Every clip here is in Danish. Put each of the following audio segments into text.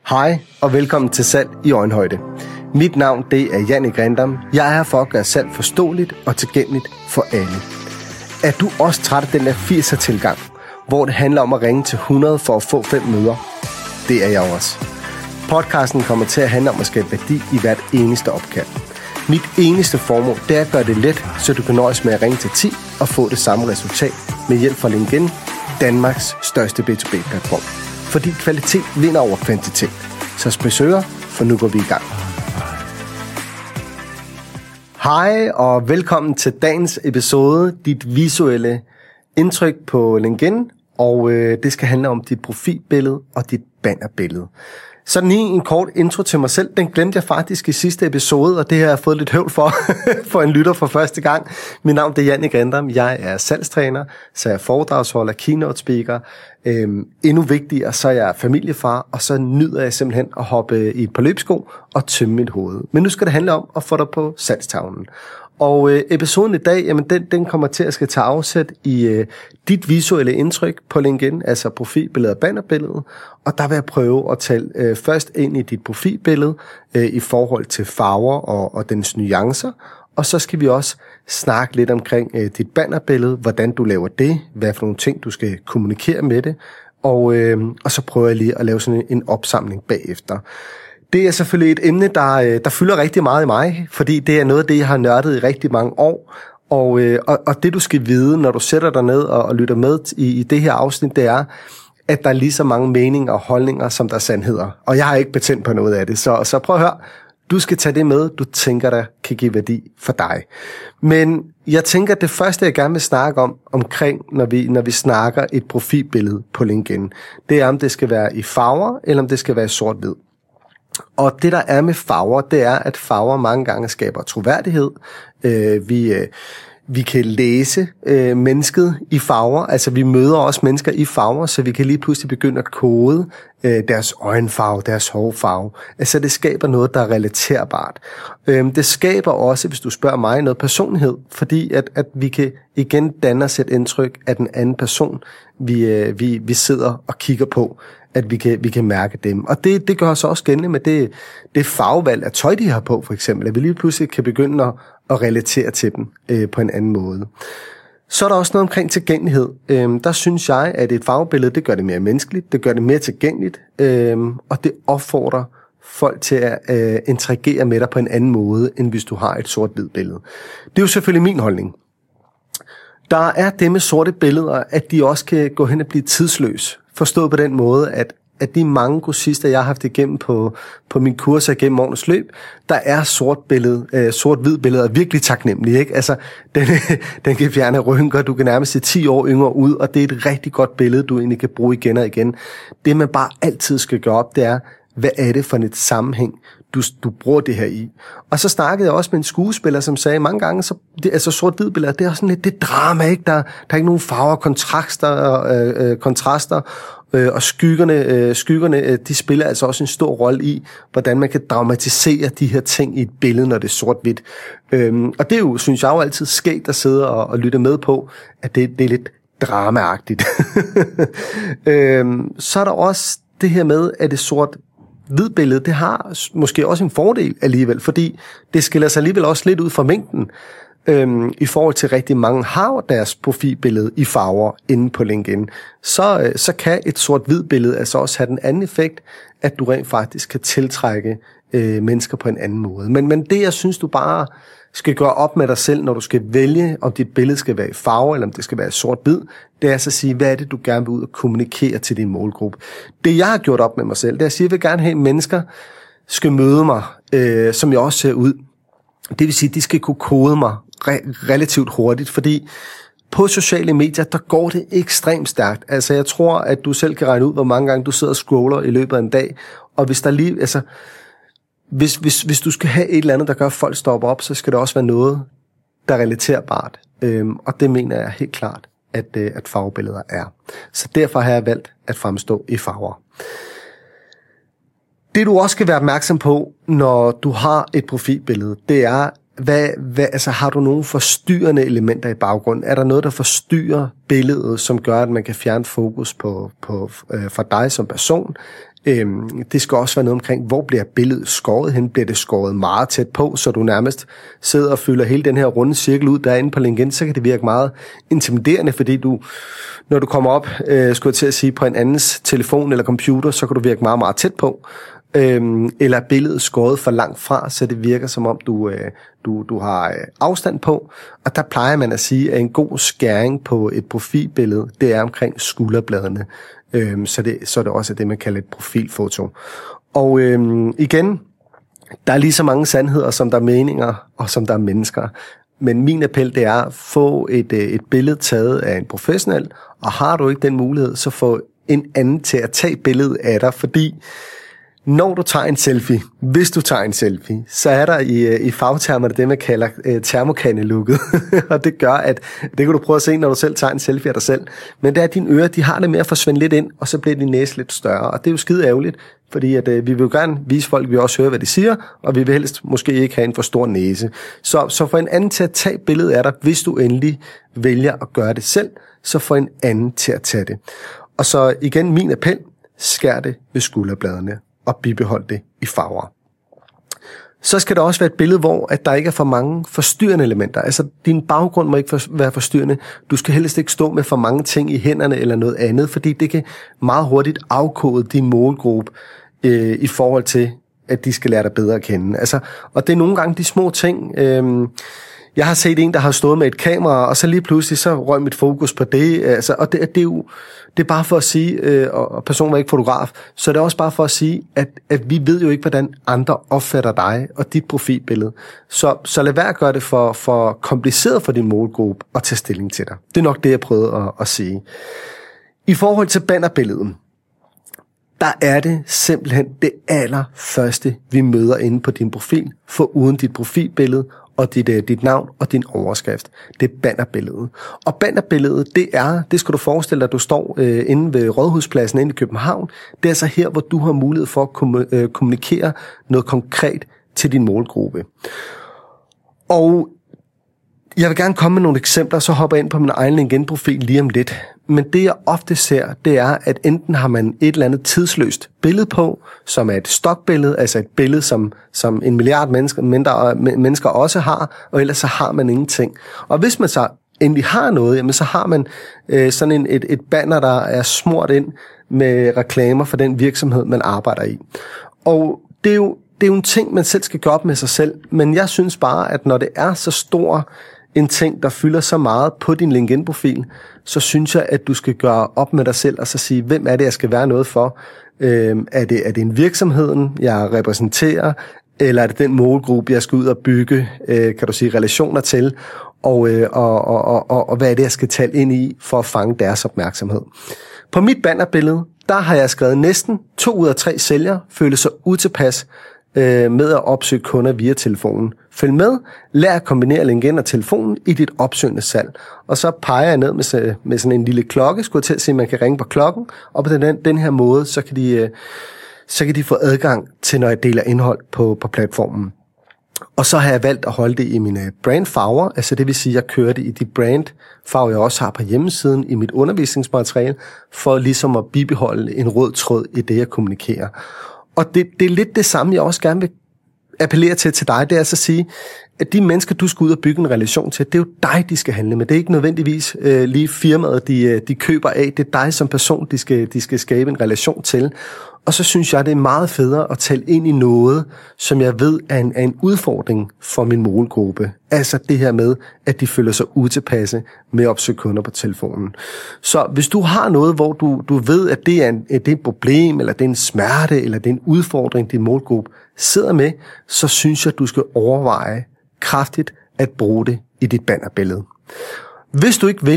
Hej og velkommen til Salg i Øjenhøjde. Mit navn det er Jannik Rindam. Jeg er her for at gøre salg forståeligt og tilgængeligt for alle. Er du også træt af den der 80'er tilgang, hvor det handler om at ringe til 100 for at få 5 møder? Det er jeg også. Podcasten kommer til at handle om at skabe værdi i hvert eneste opkald. Mit eneste formål det er at gøre det let, så du kan nøjes med at ringe til 10 og få det samme resultat med hjælp fra LinkedIn, Danmarks største B2B-platform. Fordi kvalitet vinder over kvantitet. Så spids ører, for nu går vi i gang. Hej og velkommen til dagens episode, dit visuelle indtryk på LinkedIn. Og det skal handle om dit profilbillede og dit bannerbillede. Så lige en kort intro til mig selv. Den glemte jeg faktisk i sidste episode, og det har jeg fået lidt høvl for, for en lytter for første gang. Mit navn det er Jannik Rindam. Jeg er salgstræner, så er jeg foredragsholder, keynote speaker. Endnu vigtigere, så er jeg familiefar, og så nyder jeg simpelthen at hoppe i et par løbsko og tømme mit hoved. Men nu skal det handle om at få dig på salgstavlen. Og episoden i dag, jamen den kommer til at skal tage afsæt i dit visuelle indtryk på LinkedIn, altså profilbilledet og bannerbilledet. Og der vil jeg prøve at tale først ind i dit profilbillede i forhold til farver og dens nuancer. Og så skal vi også snakke lidt omkring dit bannerbillede, hvordan du laver det, hvad for nogle ting du skal kommunikere med det. Og så prøver jeg lige at lave sådan en opsamling bagefter. Det er selvfølgelig et emne, der fylder rigtig meget i mig, fordi det er noget af det, jeg har nørdet i rigtig mange år. Og det, du skal vide, når du sætter dig ned og lytter med i det her afsnit, det er, at der er lige så mange meninger og holdninger, som der er sandheder. Og jeg har ikke patent på noget af det, så prøv at høre. Du skal tage det med, du tænker, der kan give værdi for dig. Men jeg tænker, at det første, jeg gerne vil snakke omkring, når vi snakker et profilbillede på LinkedIn, det er, om det skal være i farver, eller om det skal være i sort-hvid. Og det, der er med farver, det er, at farver mange gange skaber troværdighed. Vi kan læse mennesket i farver, altså vi møder også mennesker i farver, så vi kan lige pludselig begynde at kode deres øjenfarve, deres hårfarve. Altså det skaber noget, der er relaterbart. Det skaber også, hvis du spørger mig, noget personlighed, fordi at vi kan igen danne os et indtryk af den anden person, vi sidder og kigger på, at vi kan mærke dem. Og det gør os også gældende med det farvevalg af tøj, de har på, for eksempel, at vi lige pludselig kan begynde at relatere til dem på en anden måde. Så er der også noget omkring tilgængelighed. Der synes jeg, at et farvebillede, det gør det mere menneskeligt, det gør det mere tilgængeligt, og det opfordrer folk til at interagere med dig på en anden måde, end hvis du har et sort-hvid billede. Det er jo selvfølgelig min holdning. Der er det med sorte billeder, at de også kan gå hen og blive tidsløse. Forstået på den måde, at de mange kursister, jeg har haft igennem på mine kurser gennem årenes løb, der er sort-hvid billeder virkelig taknemmelige, ikke? Altså, den kan fjerne rynker, du kan nærmest se 10 år yngre ud, og det er et rigtig godt billede, du egentlig kan bruge igen og igen. Det, man bare altid skal gøre op, det er, hvad er det for et sammenhæng, du bruger det her i. Og så snakkede jeg også med en skuespiller, som sagde mange gange, altså sort-hvid billeder, det er sådan lidt det drama, ikke? Der er ikke nogen farver, kontraster, og skyggerne, de spiller altså også en stor rolle i, hvordan man kan dramatisere de her ting i et billede, når det er sort-hvidt. Og det er jo, synes jeg jo altid skægt at sidde og lytte med på, at det er lidt dramaagtigt. Så er der også det her med, at det sort-hvid billede, det har måske også en fordel alligevel, fordi det skiller sig alligevel også lidt ud fra mængden. I forhold til rigtig mange har deres profilbillede i farver inde på LinkedIn, så kan et sort-hvid billede altså også have den anden effekt, at du rent faktisk kan tiltrække mennesker på en anden måde. Men det, jeg synes, du bare skal gøre op med dig selv, når du skal vælge, om dit billede skal være i farve, eller om det skal være sort-hvid, det er så at sige, hvad er det, du gerne vil ud og kommunikere til din målgruppe. Det, jeg har gjort op med mig selv, det er at sige, at jeg vil gerne have, at mennesker skal møde mig, som jeg også ser ud. Det vil sige, at de skal kunne kode mig relativt hurtigt, fordi på sociale medier, der går det ekstremt stærkt. Altså, jeg tror, at du selv kan regne ud, hvor mange gange du sidder og scroller i løbet af en dag, og hvis der lige, altså, hvis du skal have et eller andet, der gør, at folk stopper op, så skal det også være noget, der er relaterbart. Og det mener jeg helt klart, at farvebilleder er. Så derfor har jeg valgt at fremstå i farver. Det du også skal være opmærksom på, når du har et profilbillede, det er, altså har du nogle forstyrrende elementer i baggrunden? Er der noget, der forstyrrer billedet, som gør, at man kan fjerne fokus fra dig som person? Det skal også være noget omkring, hvor bliver billedet skåret hen? Bliver det skåret meget tæt på, så du nærmest sidder og fylder hele den her runde cirkel ud derinde på LinkedIn, så kan det virke meget intimiderende, fordi når du kommer op, skulle jeg til at sige, på en andens telefon eller computer, så kan du virke meget, meget tæt på. Eller billedet skåret for langt fra, så det virker som om du har afstand på. Og der plejer man at sige, at en god skæring på et profilbillede, det er omkring skulderbladene. Så det også det, man kalder et profilfoto. Og igen, der er lige så mange sandheder, som der er meninger, og som der er mennesker. Men min appel, det er at få et billede taget af en professionel, og har du ikke den mulighed, så få en anden til at tage billedet af dig, fordi når du tager en selfie, hvis du tager en selfie, så er der i fagtermerne det, man kalder termokande-looket. Og det gør, at det kan du prøve at se, når du selv tager en selfie af dig selv. Men det er, at dine ører, de har det med at forsvinde lidt ind, og så bliver din næse lidt større. Og det er jo skide ærgerligt, fordi at, vi vil jo gerne vise folk, at vi også hører, hvad de siger, og vi vil helst måske ikke have en for stor næse. Så for en anden til at tage billedet af dig, hvis du endelig vælger at gøre det selv, så få en anden til at tage det. Og så igen min appel, skær det ved skulderbladene og bibehold det i farver. Så skal der også være et billede, hvor at der ikke er for mange forstyrrende elementer. Altså, din baggrund må ikke være forstyrrende. Du skal helst ikke stå med for mange ting i hænderne eller noget andet, fordi det kan meget hurtigt afkode din målgruppe i forhold til, at de skal lære dig bedre at kende. Altså, og det er nogle gange de små ting. Jeg har set en, der har stået med et kamera, og så lige pludselig så røg mit fokus på det. Altså, og det er bare for at sige, og personen var ikke fotograf, så det er også bare for at sige, at vi ved jo ikke, hvordan andre opfatter dig og dit profilbillede. Så lad være at gøre det for kompliceret for din målgruppe at tage stilling til dig. Det er nok det, jeg prøvede at sige. I forhold til bannerbilledet, der er det simpelthen det allerførste, vi møder inde på din profil, for uden dit profilbillede og dit navn og din overskrift. Det er bannerbilledet. Og bannerbilledet, det skal du forestille dig, at du står inde ved Rådhuspladsen inde i København. Det er altså her, hvor du har mulighed for at kommunikere noget konkret til din målgruppe. Og jeg vil gerne komme med nogle eksempler, så hopper jeg ind på min egen LinkedIn-profil lige om lidt. Men det jeg ofte ser, det er, at enten har man et eller andet tidsløst billede på, som er et stokbillede, altså et billede, som 1 milliard mennesker også har, og ellers så har man ingenting. Og hvis man så endelig har noget, jamen så har man sådan et banner, der er smurt ind med reklamer for den virksomhed, man arbejder i. Og det er jo en ting, man selv skal gøre op med sig selv, men jeg synes bare, at når det er så stor en ting, der fylder så meget på din LinkedIn-profil, så synes jeg, at du skal gøre op med dig selv og så sige, hvem er det, jeg skal være noget for? Er det en virksomheden, jeg repræsenterer, eller er det den målgruppe, jeg skal ud og bygge, kan du sige, relationer til, og hvad er det, jeg skal tale ind i for at fange deres opmærksomhed? På mit bannerbillede, der har jeg skrevet næsten 2 ud af 3 sælgere føler sig utilpas med at opsøge kunder via telefonen. Følg med, lær at kombinere LinkedIn og telefonen i dit opsøgende salg. Og så peger jeg ned med sådan en lille klokke, skulle jeg til at sige, at man kan ringe på klokken, og på den her måde, så kan de få adgang til, når jeg deler indhold på platformen. Og så har jeg valgt at holde det i mine brandfarver, altså det vil sige, at jeg kører det i de brandfarver, jeg også har på hjemmesiden i mit undervisningsmateriale, for ligesom at bibeholde en rød tråd i det, jeg kommunikerer. Og det er lidt det samme, jeg også gerne vil appellere til dig, det er altså at sige, at de mennesker, du skal ud og bygge en relation til, det er jo dig, de skal handle med. Det er ikke nødvendigvis lige firmaet, de køber af. Det er dig som person, de skal skabe en relation til. Og så synes jeg, det er meget federe at tale ind i noget, som jeg ved er en udfordring for min målgruppe. Altså det her med, at de føler sig utilpasse med at opsøge kunder på telefonen. Så hvis du har noget, hvor du ved, at det er et problem, eller det er en smerte, eller det er en udfordring, din målgruppe sidder med, så synes jeg, at du skal overveje kraftigt at bruge det i dit bannerbillede. Hvis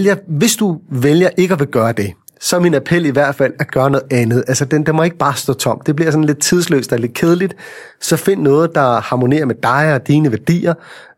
du vælger ikke at vil gøre det, så er min appel i hvert fald at gøre noget andet. Altså, den må ikke bare stå tom. Det bliver sådan lidt tidsløst og lidt kedeligt. Så find noget, der harmonerer med dig og dine værdier,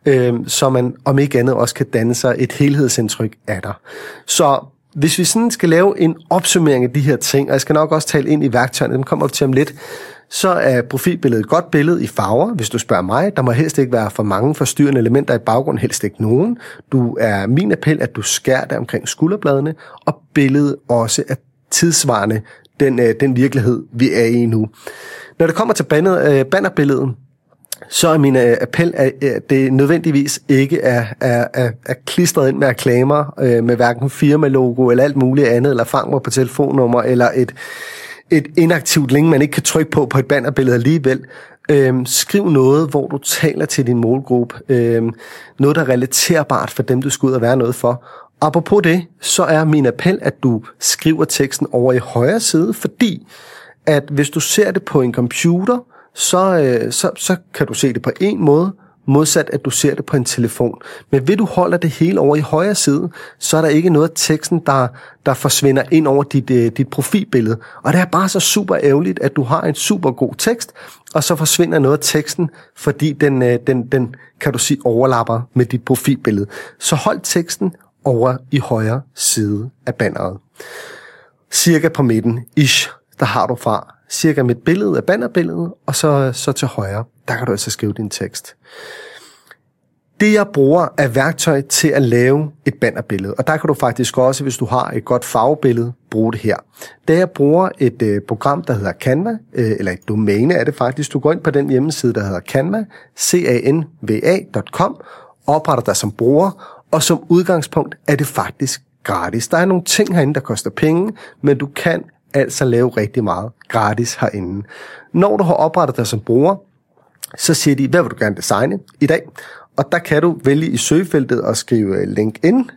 så man om ikke andet også kan danne sig et helhedsindtryk af dig. Så hvis vi sådan skal lave en opsummering af de her ting, og jeg skal nok også tale ind i værktøjerne, dem kommer vi til om lidt, så er profilbilledet et godt billede i farver, hvis du spørger mig. Der må helst ikke være for mange forstyrrende elementer i baggrunden, helst ikke nogen. Du er min appel, at du skærer det omkring skulderbladene, og billedet også er tidsvarende den virkelighed, vi er i nu. Når det kommer til bannerbilledet, så er min appel, at det nødvendigvis ikke er klistret ind med reklamer, med hverken firmalogo eller alt muligt andet, eller fang mig på telefonnummer, eller et inaktivt link, man ikke kan trykke på et bannerbillede alligevel. Skriv noget, hvor du taler til din målgruppe. Noget, der er relaterbart for dem, du skal ud og være noget for. Apropos det, så er min appel, at du skriver teksten over i højre side, fordi at hvis du ser det på en computer, så kan du se det på en måde, modsat at du ser det på en telefon. Men ved du holder det hele over i højre side, så er der ikke noget af teksten, der forsvinder ind over dit profilbillede. Og det er bare så super ærgerligt, at du har en super god tekst, og så forsvinder noget af teksten, fordi den kan du sige overlapper med dit profilbillede. Så hold teksten over i højre side af banneret. Cirka på midten, der har du fra cirka mit billede af bannerbilledet, og så til højre, der kan du altså skrive din tekst. Det jeg bruger er værktøj til at lave et bannerbillede, og der kan du faktisk også, hvis du har et godt farvebillede, bruge det her. Da jeg bruger et program, der hedder Canva, eller et domæne er det faktisk, du går ind på den hjemmeside, der hedder Canva, canva.com, opretter dig som bruger, og som udgangspunkt er det faktisk gratis. Der er nogle ting herinde, der koster penge, men du kan altså lave rigtig meget gratis herinde. Når du har oprettet dig som bruger, så siger de, hvad vil du gerne designe i dag? Og der kan du vælge i søgefeltet at skrive LinkedIn,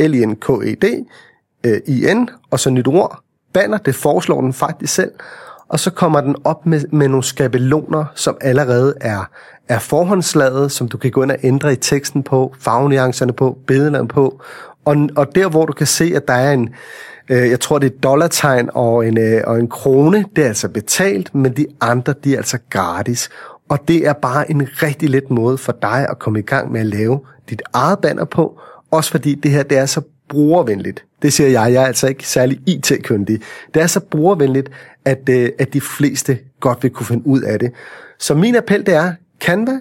LINKED, og så nyt ord. Banner, det foreslår den faktisk selv. Og så kommer den op med nogle skabeloner, som allerede er forhåndslaget, som du kan gå ind og ændre i teksten på, farvenuancerne på, billederne på. Og der, hvor du kan se, at der er jeg tror det er et dollartegn og en krone, det er altså betalt, men de andre, de er altså gratis. Og det er bare en rigtig let måde for dig at komme i gang med at lave dit eget banner på, også fordi det her, det er så brugervenligt. Det siger jeg er altså ikke særlig IT-kyndig. Det er så brugervenligt, at de fleste godt vil kunne finde ud af det. Så min appel, det er Canva,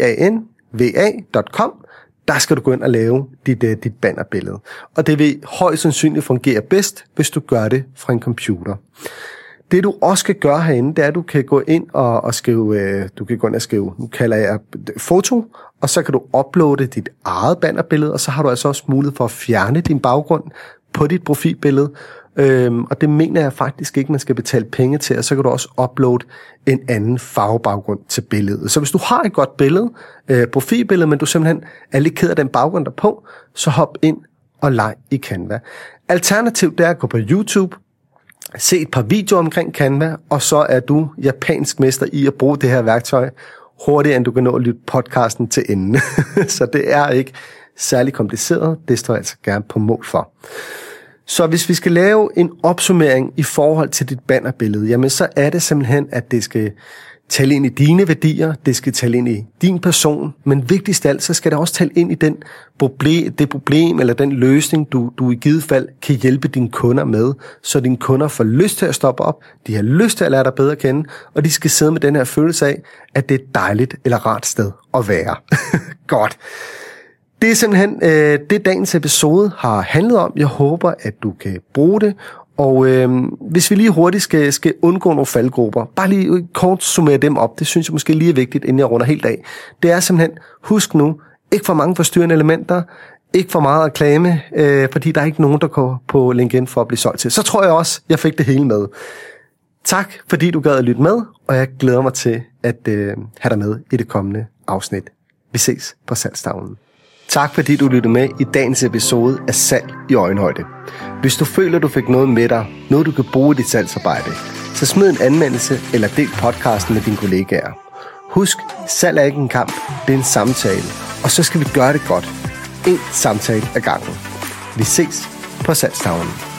canva.com. Der skal du gå ind og lave dit bannerbillede. Og det vil højst sandsynligt fungere bedst, hvis du gør det fra en computer. Det du også skal gøre herinde, det er, at du kan gå ind og skrive, nu kalder jeg foto, og så kan du uploade dit eget bannerbillede, og så har du altså også mulighed for at fjerne din baggrund på dit profilbillede. Og det mener jeg faktisk ikke, man skal betale penge til, og så kan du også uploade en anden farvebaggrund til billedet. Så hvis du har et godt billede, profilbillede, men du simpelthen er lidt ked af den baggrund der på, så hop ind og leg i Canva. Alternativt er at gå på YouTube, se et par videoer omkring Canva, og så er du japansk mester i at bruge det her værktøj hurtigere, end du kan nå at lytte podcasten til enden. Så det er ikke særlig kompliceret, det står jeg altså gerne på mål for. Så hvis vi skal lave en opsummering i forhold til dit bannerbillede, jamen så er det simpelthen, at det skal tale ind i dine værdier, det skal tale ind i din person, men vigtigst af alt, så skal det også tale ind i det problem eller den løsning, du i givet fald kan hjælpe dine kunder med, så dine kunder får lyst til at stoppe op, de har lyst til at lære dig bedre at kende, og de skal sidde med den her følelse af, at det er et dejligt eller rart sted at være. Godt. Det er simpelthen det, dagens episode har handlet om. Jeg håber, at du kan bruge det. Og hvis vi lige hurtigt skal undgå nogle faldgrupper, bare lige kort summere dem op, det synes jeg måske lige er vigtigt, inden jeg runder helt af. Det er simpelthen, husk nu, ikke for mange forstyrrende elementer, ikke for meget reklame, fordi der er ikke nogen, der går på LinkedIn for at blive solgt til. Så tror jeg også, jeg fik det hele med. Tak, fordi du gad at lytte med, og jeg glæder mig til at have dig med i det kommende afsnit. Vi ses på salgstavlen. Tak fordi du lyttede med i dagens episode af Salg i Øjenhøjde. Hvis du føler, du fik noget med dig, noget du kan bruge i dit salgsarbejde, så smid en anmeldelse eller del podcasten med dine kollegaer. Husk, salg er ikke en kamp, det er en samtale, og så skal vi gøre det godt. En samtale ad gangen. Vi ses på salgstavlen.